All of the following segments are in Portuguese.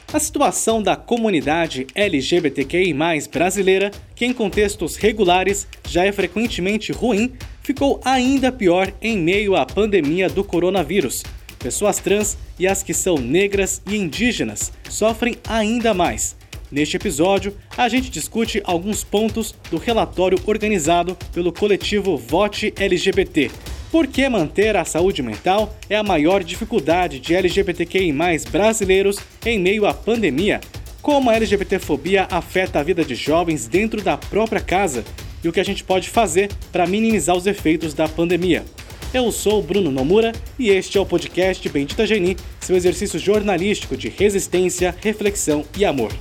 A situação da comunidade LGBTQI+ brasileira, que em contextos regulares já é frequentemente ruim, ficou ainda pior em meio à pandemia do coronavírus. Pessoas trans e as que são negras e indígenas sofrem ainda mais. Neste episódio, a gente discute alguns pontos do relatório organizado pelo coletivo Vote LGBT. Por que manter a saúde mental é a maior dificuldade de LGBTQI+ brasileiros em meio à pandemia? Como a LGBTfobia afeta a vida de jovens dentro da própria casa? E o que a gente pode fazer para minimizar os efeitos da pandemia? Eu sou o Bruno Nomura e este é o podcast Bendita Geni, seu exercício jornalístico de resistência, reflexão e amor.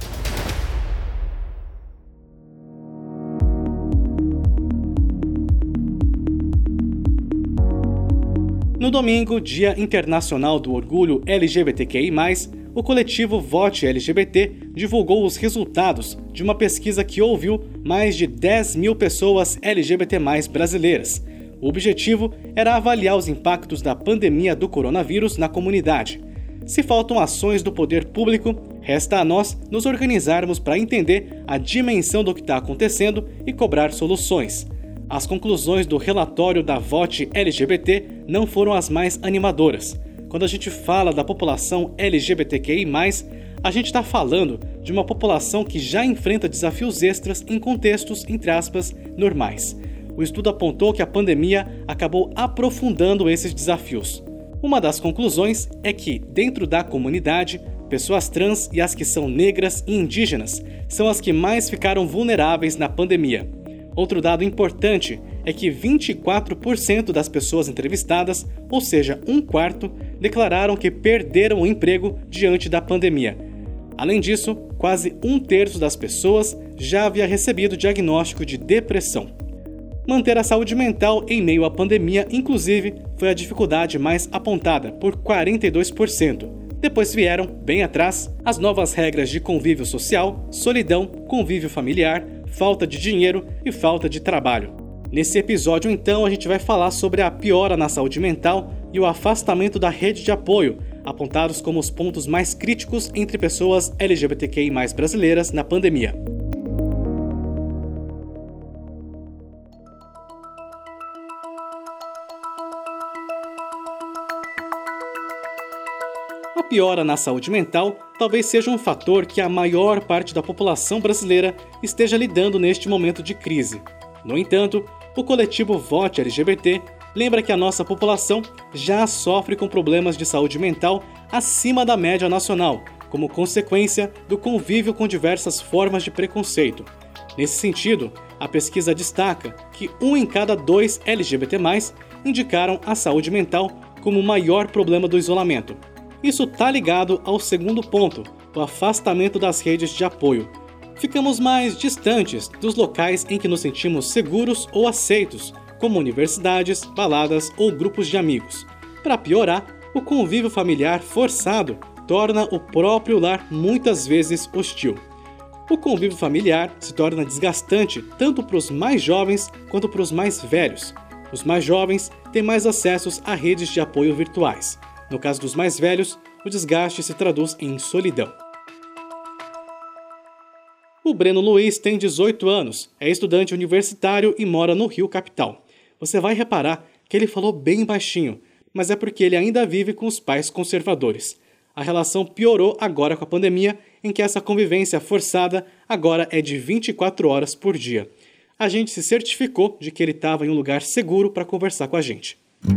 No domingo, Dia Internacional do Orgulho LGBTQI+, o coletivo Vote LGBT divulgou os resultados de uma pesquisa que ouviu mais de 10 mil pessoas LGBT+ brasileiras. O objetivo era avaliar os impactos da pandemia do coronavírus na comunidade. Se faltam ações do poder público, resta a nós nos organizarmos para entender a dimensão do que está acontecendo e cobrar soluções. As conclusões do relatório da Vote LGBT não foram as mais animadoras. Quando a gente fala da população LGBTQI+, a gente está falando de uma população que já enfrenta desafios extras em contextos, entre aspas, normais. O estudo apontou que a pandemia acabou aprofundando esses desafios. Uma das conclusões é que, dentro da comunidade, pessoas trans e as que são negras e indígenas são as que mais ficaram vulneráveis na pandemia. Outro dado importante é que 24% das pessoas entrevistadas, ou seja, um quarto, declararam que perderam o emprego diante da pandemia. Além disso, quase um terço das pessoas já havia recebido diagnóstico de depressão. Manter a saúde mental em meio à pandemia, inclusive, foi a dificuldade mais apontada, por 42%. Depois vieram, bem atrás, as novas regras de convívio social, solidão, convívio familiar, falta de dinheiro e falta de trabalho. Nesse episódio, então, a gente vai falar sobre a piora na saúde mental e o afastamento da rede de apoio, apontados como os pontos mais críticos entre pessoas LGBTQI+ brasileiras na pandemia. A piora na saúde mental talvez seja um fator que a maior parte da população brasileira esteja lidando neste momento de crise. No entanto, o coletivo Vote LGBT lembra que a nossa população já sofre com problemas de saúde mental acima da média nacional, como consequência do convívio com diversas formas de preconceito. Nesse sentido, a pesquisa destaca que 1 em cada 2 LGBT+, indicaram a saúde mental como o maior problema do isolamento. Isso está ligado ao segundo ponto, o afastamento das redes de apoio. Ficamos mais distantes dos locais em que nos sentimos seguros ou aceitos, como universidades, baladas ou grupos de amigos. Para piorar, o convívio familiar forçado torna o próprio lar muitas vezes hostil. O convívio familiar se torna desgastante tanto para os mais jovens quanto para os mais velhos. Os mais jovens têm mais acessos a redes de apoio virtuais. No caso dos mais velhos, o desgaste se traduz em solidão. O Breno Luiz tem 18 anos, é estudante universitário e mora no Rio Capital. Você vai reparar que ele falou bem baixinho, mas é porque ele ainda vive com os pais conservadores. A relação piorou agora com a pandemia, em que essa convivência forçada agora é de 24 horas por dia. A gente se certificou de que ele estava em um lugar seguro para conversar com a gente.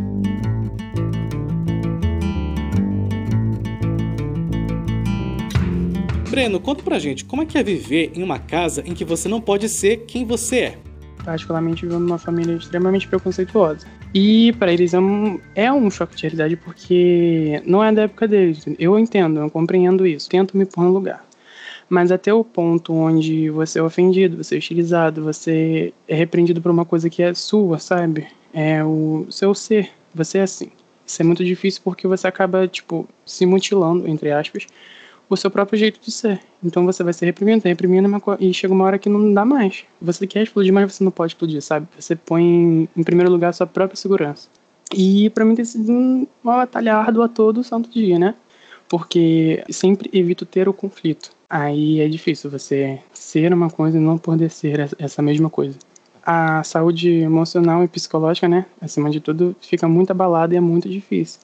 Breno, conta pra gente, como é que é viver em uma casa em que você não pode ser quem você é? Particularmente vivendo numa família extremamente preconceituosa. E para eles é um choque de realidade porque não é da época deles. Eu entendo, eu compreendo isso, tento me pôr no lugar. Mas até o ponto onde você é ofendido, você é hostilizado, você é repreendido por uma coisa que é sua, sabe? É o seu ser, você é assim. Isso é muito difícil porque você acaba, se mutilando, entre aspas, o seu próprio jeito de ser. Então você vai se reprimindo e chega uma hora que não dá mais. Você quer explodir, mas você não pode explodir, sabe? Você põe em primeiro lugar a sua própria segurança. E pra mim tem sido uma batalha árdua todo santo dia, né? porque sempre evito ter o conflito. Aí é difícil você ser uma coisa e não poder ser essa mesma coisa. A saúde emocional e psicológica, né, acima de tudo, fica muito abalada e é muito difícil.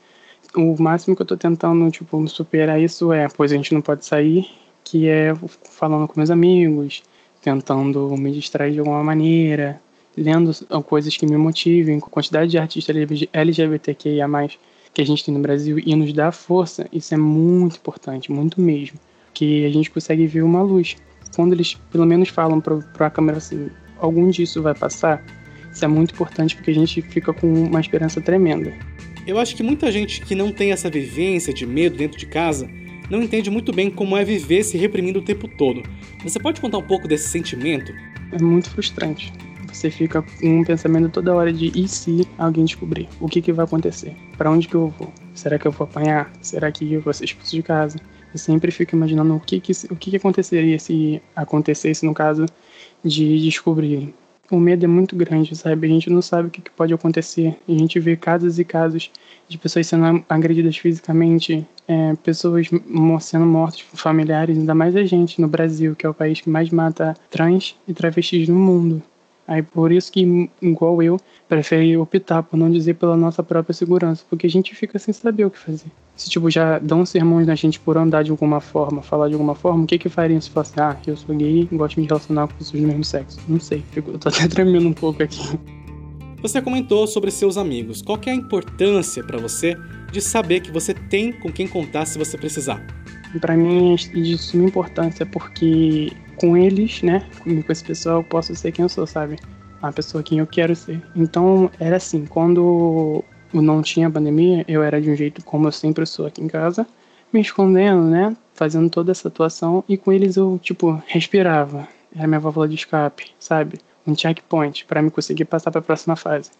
O máximo que eu tô tentando, superar isso pois a gente não pode sair, que é falando com meus amigos, tentando me distrair de alguma maneira, lendo coisas que me motivem, com a quantidade de artistas LGBTQIA+, que a gente tem no Brasil e nos dá força, isso é muito importante, muito mesmo, que a gente consegue ver uma luz. Quando eles pelo menos falam pra câmera assim, algum dia isso vai passar, isso é muito importante porque a gente fica com uma esperança tremenda. Eu acho que muita gente que não tem essa vivência de medo dentro de casa não entende muito bem como é viver se reprimindo o tempo todo. Você pode contar um pouco desse sentimento? É muito frustrante. Você fica com um pensamento toda hora de e se alguém descobrir? O que vai acontecer? Para onde que eu vou? Será que eu vou apanhar? Será que eu vou ser expulso de casa? Eu sempre fico imaginando o que aconteceria se acontecesse no caso de descobrir. O medo é muito grande, sabe? A gente não sabe o que pode acontecer. A gente vê casos e casos de pessoas sendo agredidas fisicamente, pessoas sendo mortas, familiares, ainda mais a gente no Brasil, que é o país que mais mata trans e travestis no mundo. Aí por isso que, igual eu, prefere optar por não dizer pela nossa própria segurança, porque a gente fica sem saber o que fazer. Se já dão sermões na gente por andar de alguma forma, falar de alguma forma, o que fariam se fosse, eu sou gay e gosto de me relacionar com pessoas do mesmo sexo? Não sei, eu tô até tremendo um pouco aqui. Você comentou sobre seus amigos. Qual que é a importância para você de saber que você tem com quem contar se você precisar? Para mim é de suma importância, porque com eles, né, com esse pessoal, eu posso ser quem eu sou, sabe? A pessoa quem eu quero ser. Então, era assim, quando não tinha pandemia, eu era de um jeito como eu sempre sou aqui em casa, me escondendo, né, fazendo toda essa atuação, e com eles eu, respirava. Era minha válvula de escape, sabe? Um checkpoint para me conseguir passar para a próxima fase.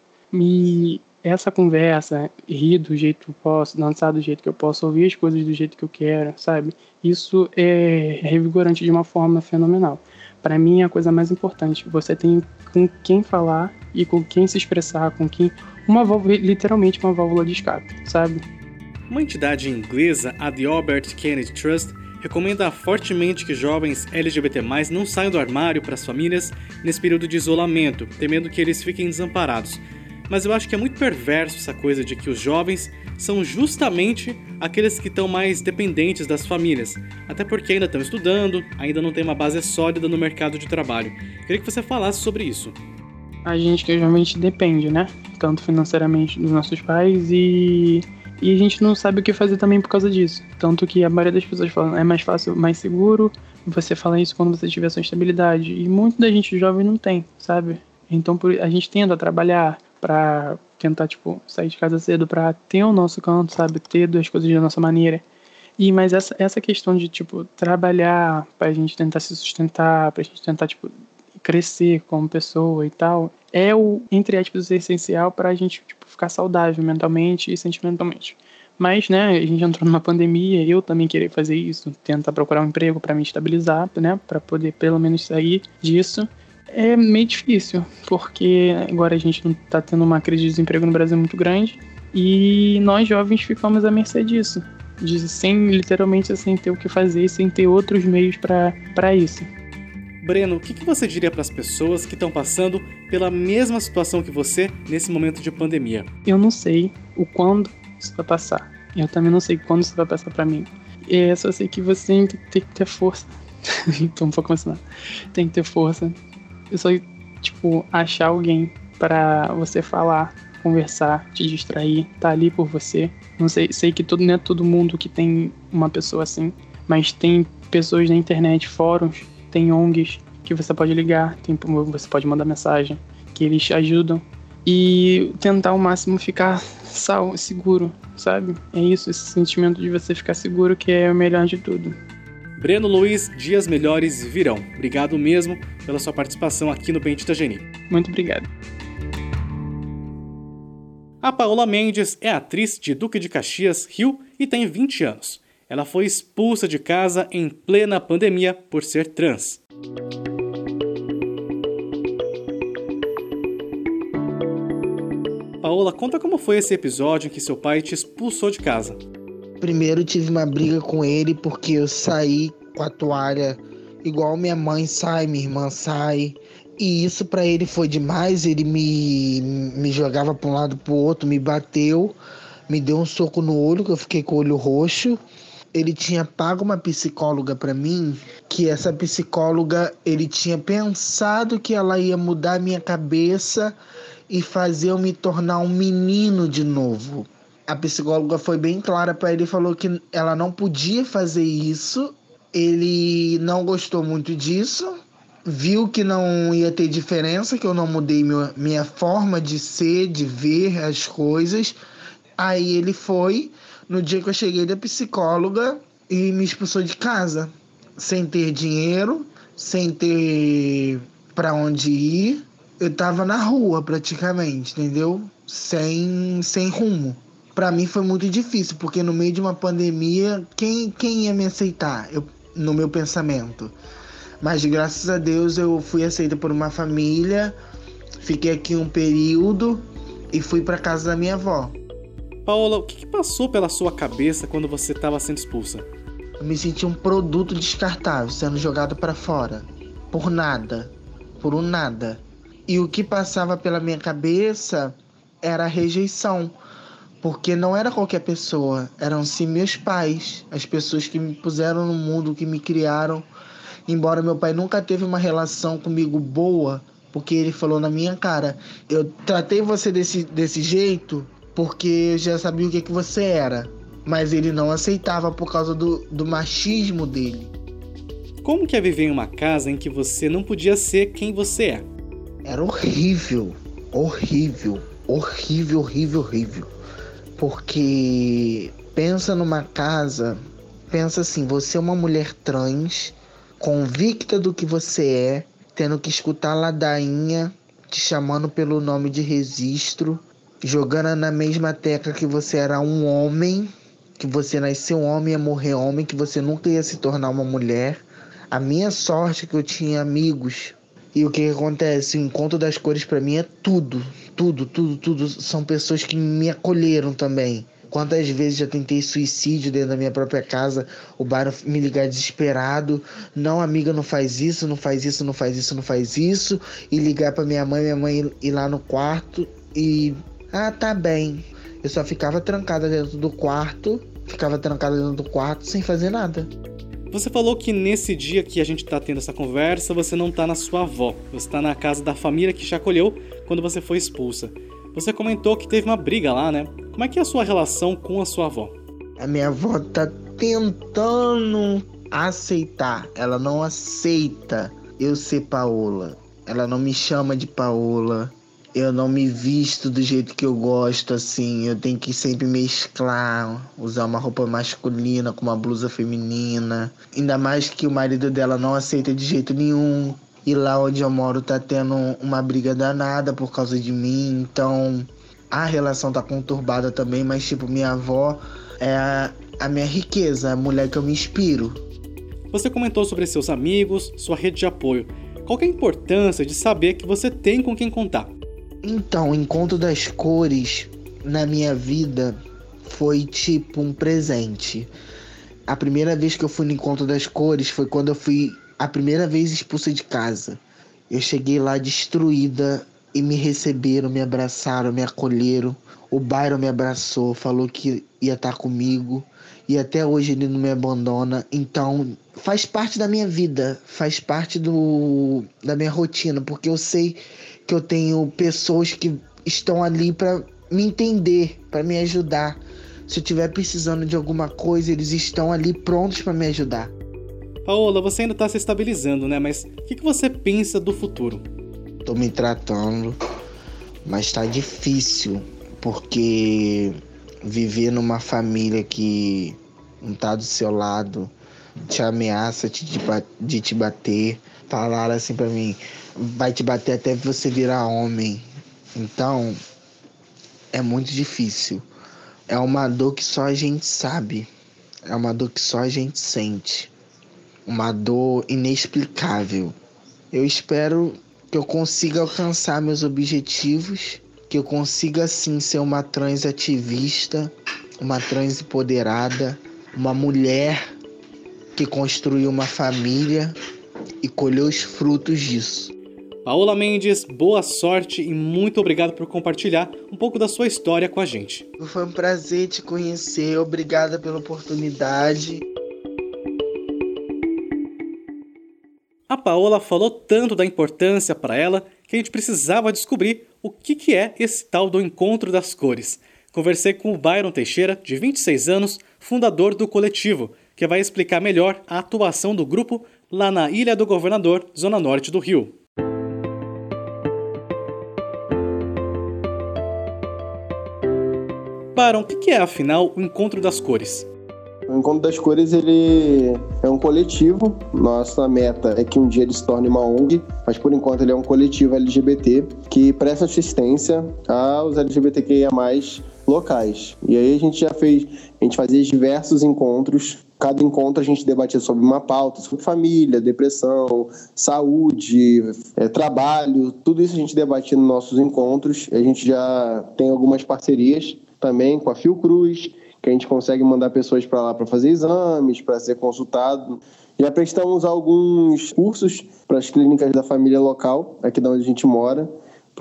E essa conversa, rir do jeito que eu posso, dançar do jeito que eu posso, ouvir as coisas do jeito que eu quero, sabe? Isso é revigorante de uma forma fenomenal. Para mim é a coisa mais importante. Você tem com quem falar e com quem se expressar, com quem... literalmente uma válvula de escape, sabe? Uma entidade inglesa, a The Albert Kennedy Trust, recomenda fortemente que jovens LGBT+, não saiam do armário para as famílias nesse período de isolamento, temendo que eles fiquem desamparados. Mas eu acho que é muito perverso essa coisa de que os jovens são justamente aqueles que estão mais dependentes das famílias, até porque ainda estão estudando, ainda não tem uma base sólida no mercado de trabalho. Queria que você falasse sobre isso. A gente que realmente depende, né? Tanto financeiramente dos nossos pais e a gente não sabe o que fazer também por causa disso. Tanto que a maioria das pessoas fala, é mais fácil, mais seguro você falar isso quando você tiver sua estabilidade. E muito da gente jovem não tem, sabe? Então a gente tenta trabalhar pra tentar, sair de casa cedo pra ter o nosso canto, sabe? Ter as coisas da nossa maneira. Mas essa questão de, trabalhar pra gente tentar se sustentar, pra gente tentar, crescer como pessoa e tal, é o, entre aspas, essencial pra gente, ficar saudável mentalmente e sentimentalmente. Mas, né, a gente entrou numa pandemia, eu também queria fazer isso, tentar procurar um emprego pra me estabilizar, né, pra poder pelo menos sair disso. É meio difícil, porque agora a gente não tá tendo uma crise de desemprego no Brasil muito grande e nós jovens ficamos à mercê disso, literalmente sem ter o que fazer e sem ter outros meios para isso. Breno, o que você diria para as pessoas que estão passando pela mesma situação que você nesse momento de pandemia? Eu não sei o quando isso vai passar. Eu também não sei quando isso vai passar para mim. Eu só sei que você tem que ter força. Tô um pouco emocionado. Tem que ter força. Eu só, achar alguém para você falar, conversar, te distrair, tá ali por você. Não sei que não é todo mundo que tem uma pessoa assim, mas tem pessoas na internet, fóruns, tem ONGs que você pode ligar, você pode mandar mensagem, que eles te ajudam. E tentar ao máximo ficar seguro, sabe? É isso, esse sentimento de você ficar seguro que é o melhor de tudo. Breno Luiz, dias melhores virão. Obrigado mesmo pela sua participação aqui no Bendita Geni. Muito obrigado. A Paola Mendes é atriz de Duque de Caxias, Rio, e tem 20 anos. Ela foi expulsa de casa em plena pandemia por ser trans. Paola, conta como foi esse episódio em que seu pai te expulsou de casa. Primeiro tive uma briga com ele porque eu saí com a toalha igual minha mãe sai, minha irmã sai. E isso pra ele foi demais, ele me jogava pra um lado pro outro, me bateu, me deu um soco no olho, que eu fiquei com o olho roxo. Ele tinha pago uma psicóloga pra mim, que essa psicóloga, ele tinha pensado que ela ia mudar a minha cabeça e fazer eu me tornar um menino de novo. A psicóloga foi bem clara pra ele, falou que ela não podia fazer isso. Ele não gostou muito disso, viu que não ia ter diferença, que eu não mudei minha forma de ser, de ver as coisas. Aí ele foi, no dia que eu cheguei da psicóloga, e me expulsou de casa, sem ter dinheiro, sem ter pra onde ir. Eu tava na rua praticamente, entendeu? Sem rumo. Pra mim foi muito difícil, porque no meio de uma pandemia, quem ia me aceitar? No meu pensamento. Mas graças a Deus eu fui aceita por uma família, fiquei aqui um período e fui para casa da minha avó. Paola, o que passou pela sua cabeça quando você estava sendo expulsa? Eu me senti um produto descartável sendo jogado para fora, por nada, por um nada. E o que passava pela minha cabeça era a rejeição, porque não era qualquer pessoa, eram sim meus pais, as pessoas que me puseram no mundo, que me criaram. Embora meu pai nunca teve uma relação comigo boa, porque ele falou na minha cara, eu tratei você desse jeito porque eu já sabia o que você era. Mas ele não aceitava por causa do machismo dele. Como que é viver em uma casa em que você não podia ser quem você é? Era horrível, horrível, horrível, horrível, horrível. Porque pensa numa casa, pensa assim, você é uma mulher trans, convicta do que você é, tendo que escutar a ladainha te chamando pelo nome de registro, jogando na mesma tecla que você era um homem, que você nasceu homem, ia morrer homem, que você nunca ia se tornar uma mulher. A minha sorte é que eu tinha amigos. E o que acontece? O Encontro das Cores pra mim é tudo. Tudo, tudo, tudo. São pessoas que me acolheram também. Quantas vezes já tentei suicídio dentro da minha própria casa, o bairro me ligar desesperado, não, amiga, não faz isso, não faz isso, não faz isso, não faz isso, e ligar pra minha mãe ir lá no quarto e, tá bem. Eu só ficava trancada dentro do quarto sem fazer nada. Você falou que nesse dia que a gente tá tendo essa conversa, você não tá na sua avó, você tá na casa da família que te acolheu quando você foi expulsa. Você comentou que teve uma briga lá, né? Como é que é a sua relação com a sua avó? A minha avó tá tentando aceitar. Ela não aceita eu ser Paola. Ela não me chama de Paola. Eu não me visto do jeito que eu gosto, assim. Eu tenho que sempre mesclar, usar uma roupa masculina com uma blusa feminina. Ainda mais que o marido dela não aceita de jeito nenhum. E lá onde eu moro tá tendo uma briga danada por causa de mim. Então a relação tá conturbada também, mas tipo, minha avó é a minha riqueza, a mulher que eu me inspiro. Você comentou sobre seus amigos, sua rede de apoio. Qual que é a importância de saber que você tem com quem contar? Então, o Encontro das Cores na minha vida foi tipo um presente. A primeira vez que eu fui no Encontro das Cores foi quando eu fui a primeira vez expulsa de casa. Eu cheguei lá destruída e me receberam, me abraçaram, me acolheram. O bairro me abraçou, falou que ia estar comigo. E até hoje ele não me abandona. Então faz parte da minha vida, faz parte da minha rotina. Porque eu sei que eu tenho pessoas que estão ali para me entender, para me ajudar. Se eu estiver precisando de alguma coisa, eles estão ali prontos para me ajudar. Paola, você ainda está se estabilizando, né? Mas o que você pensa do futuro? Tô me tratando, mas tá difícil, porque viver numa família que não tá do seu lado, te ameaça de te bater, falaram assim pra mim, vai te bater até você virar homem. Então, é muito difícil. É uma dor que só a gente sabe, é uma dor que só a gente sente. Uma dor inexplicável. Eu espero que eu consiga alcançar meus objetivos, que eu consiga sim ser uma trans ativista, uma trans empoderada, uma mulher que construiu uma família e colheu os frutos disso. Paola Mendes, boa sorte e muito obrigado por compartilhar um pouco da sua história com a gente. Foi um prazer te conhecer, obrigada pela oportunidade. A Paola falou tanto da importância para ela que a gente precisava descobrir o que é esse tal do Encontro das Cores. Conversei com o Byron Teixeira, de 26 anos, fundador do coletivo, que vai explicar melhor a atuação do grupo lá na Ilha do Governador, zona norte do Rio. Byron, o que é, afinal, o Encontro das Cores? O Encontro das Cores, ele é um coletivo. Nossa meta é que um dia ele se torne uma ONG, mas por enquanto ele é um coletivo LGBT que presta assistência aos LGBTQIA+, locais. E aí a gente fazia diversos encontros. Cada encontro a gente debatia sobre uma pauta, sobre família, depressão, saúde, trabalho. Tudo isso a gente debatia nos nossos encontros. A gente já tem algumas parcerias também com a Fiocruz, que a gente consegue mandar pessoas para lá para fazer exames, para ser consultado. Já prestamos alguns cursos para as clínicas da família local, aqui de onde a gente mora,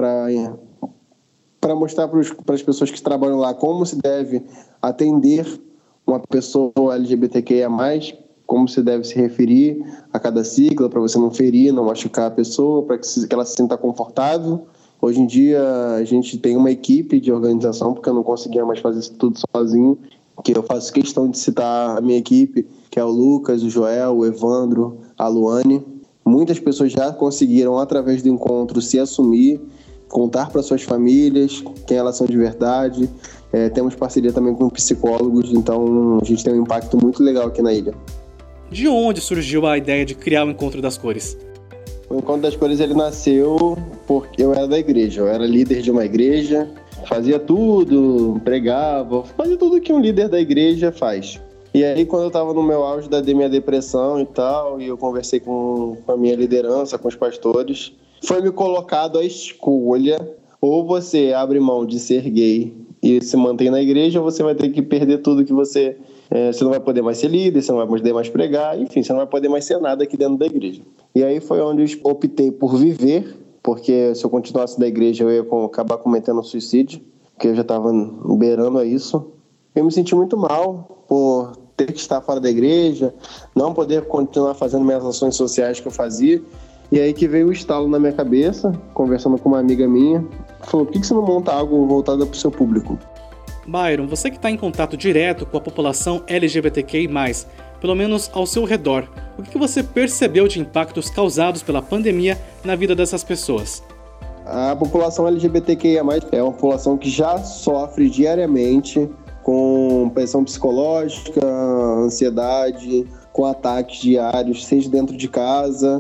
para mostrar para as pessoas que trabalham lá como se deve atender uma pessoa LGBTQIA+, como se deve se referir a cada sigla, para você não ferir, não machucar a pessoa, para que ela se sinta confortável. Hoje em dia a gente tem uma equipe de organização, porque eu não conseguia mais fazer isso tudo sozinho, que eu faço questão de citar a minha equipe, que é o Lucas, o Joel, o Evandro, a Luane. Muitas pessoas já conseguiram, através do encontro, se assumir, contar para suas famílias quem elas são de verdade. Temos parceria também com psicólogos, então a gente tem um impacto muito legal aqui na ilha. De onde surgiu a ideia de criar o Encontro das Cores? O Encontro das Cores ele nasceu porque eu era da igreja, eu era líder de uma igreja, fazia tudo, pregava, fazia tudo que um líder da igreja faz. E aí quando eu estava no meu auge da minha depressão e tal, e eu conversei com a minha liderança, com os pastores, foi me colocado a escolha, ou você abre mão de ser gay e se mantém na igreja, ou você vai ter que perder tudo que você não vai poder mais ser líder, você não vai poder mais pregar, enfim, você não vai poder mais ser nada aqui dentro da igreja. E aí foi onde eu optei por viver, porque se eu continuasse da igreja eu ia acabar cometendo suicídio, porque eu já estava beirando a isso. Eu me senti muito mal por ter que estar fora da igreja, não poder continuar fazendo minhas ações sociais que eu fazia. E aí que veio o estalo na minha cabeça, conversando com uma amiga minha, falou, por que você não monta algo voltado para o seu público? Byron, você que está em contato direto com a população LGBTQI+, pelo menos ao seu redor, o que você percebeu de impactos causados pela pandemia na vida dessas pessoas? A população LGBTQIA+, é uma população que já sofre diariamente com pressão psicológica, ansiedade, com ataques diários, seja dentro de casa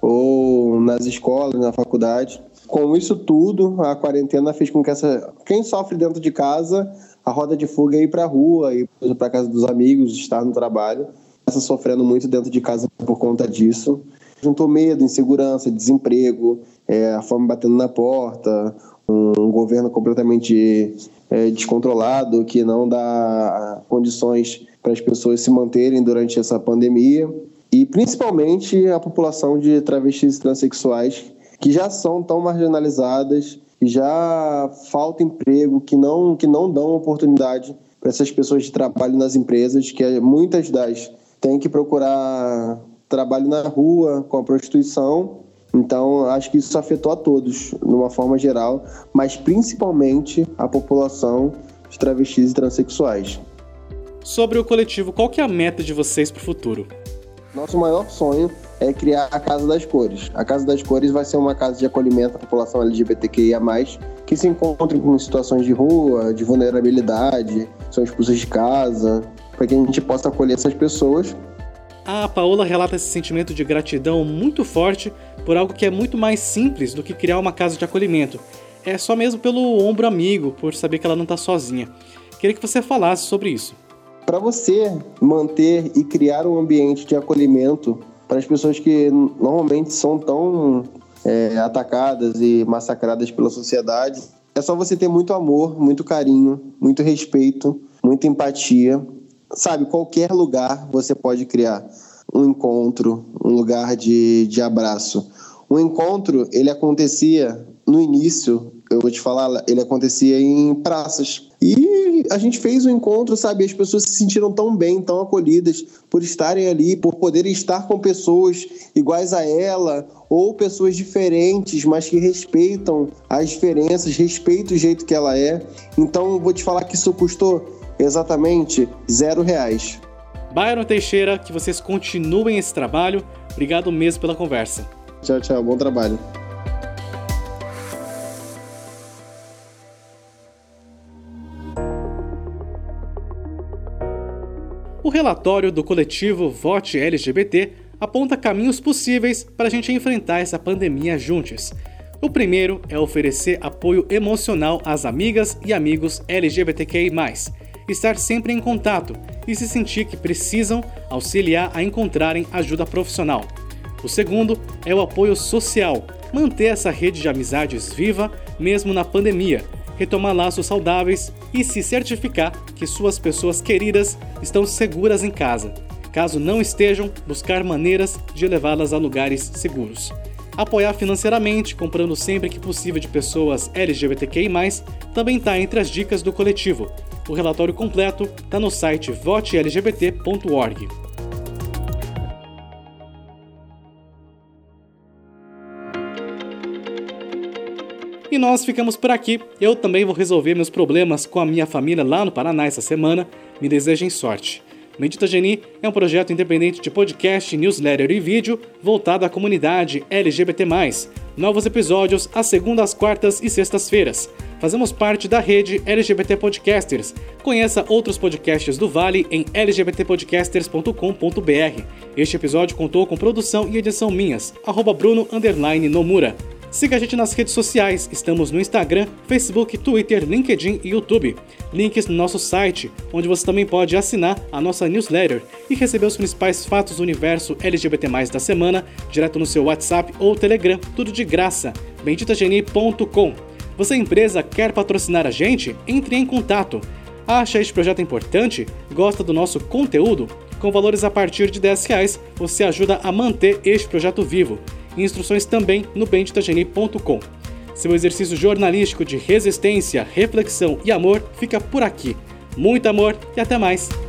ou nas escolas, na faculdade. Com isso tudo, a quarentena fez com que quem sofre dentro de casa, a roda de fuga é ir para a rua, ir para a casa dos amigos, estar no trabalho. Está sofrendo muito dentro de casa por conta disso. Juntou medo, insegurança, desemprego, a fome batendo na porta, um governo completamente descontrolado, que não dá condições para as pessoas se manterem durante essa pandemia. E principalmente a população de travestis e transexuais, que já são tão marginalizadas, que já falta emprego, que não dão oportunidade para essas pessoas de trabalho nas empresas, que muitas das têm que procurar trabalho na rua com a prostituição. Então, acho que isso afetou a todos, de uma forma geral, mas principalmente a população de travestis e transexuais. Sobre o coletivo, qual que é a meta de vocês para o futuro? Nosso maior sonho é criar a Casa das Cores. A Casa das Cores vai ser uma casa de acolhimento à população LGBTQIA+, que se encontra em situações de rua, de vulnerabilidade, são expulsas de casa, para que a gente possa acolher essas pessoas. A Paola relata esse sentimento de gratidão muito forte por algo que é muito mais simples do que criar uma casa de acolhimento. É só mesmo pelo ombro amigo, por saber que ela não está sozinha. Queria que você falasse sobre isso. Para você manter e criar um ambiente de acolhimento para as pessoas que normalmente são tão atacadas e massacradas pela sociedade, é só você ter muito amor, muito carinho, muito respeito, muita empatia. Sabe, qualquer lugar você pode criar um encontro, um lugar de abraço. O encontro, ele acontecia no início, eu vou te falar, ele acontecia em praças. E a gente fez um encontro, sabe? As pessoas se sentiram tão bem, tão acolhidas por estarem ali, por poderem estar com pessoas iguais a ela, ou pessoas diferentes, mas que respeitam as diferenças, respeitam o jeito que ela é. Então, vou te falar que isso custou exatamente R$0. Byron Teixeira, que vocês continuem esse trabalho. Obrigado mesmo pela conversa. Tchau, tchau. Bom trabalho. O relatório do coletivo Vote LGBT aponta caminhos possíveis para a gente enfrentar essa pandemia juntos. O primeiro é oferecer apoio emocional às amigas e amigos LGBTQI+, estar sempre em contato e se sentir que precisam auxiliar a encontrarem ajuda profissional. O segundo é o apoio social, manter essa rede de amizades viva mesmo na pandemia, retomar laços saudáveis e se certificar que suas pessoas queridas estão seguras em casa. Caso não estejam, buscar maneiras de levá-las a lugares seguros. Apoiar financeiramente, comprando sempre que possível de pessoas LGBTQI+, também está entre as dicas do coletivo. O relatório completo está no site votelgbt.org. E nós ficamos por aqui. Eu também vou resolver meus problemas com a minha família lá no Paraná essa semana. Me desejem sorte. Bendita Geni é um projeto independente de podcast, newsletter e vídeo voltado à comunidade LGBT+. Novos episódios às segundas, quartas e sextas-feiras. Fazemos parte da rede LGBT Podcasters. Conheça outros podcasts do Vale em lgbtpodcasters.com.br. Este episódio contou com produção e edição minhas, @Bruno_Nomura. Siga a gente nas redes sociais, estamos no Instagram, Facebook, Twitter, LinkedIn e YouTube. Links no nosso site, onde você também pode assinar a nossa newsletter e receber os principais fatos do universo LGBT+, da semana, direto no seu WhatsApp ou Telegram, tudo de graça, benditageni.com. Você, empresa, quer patrocinar a gente? Entre em contato. Acha este projeto importante? Gosta do nosso conteúdo? Com valores a partir de R$10, você ajuda a manter este projeto vivo. Instruções também no benditageni.com. Seu exercício jornalístico de resistência, reflexão e amor fica por aqui. Muito amor e até mais!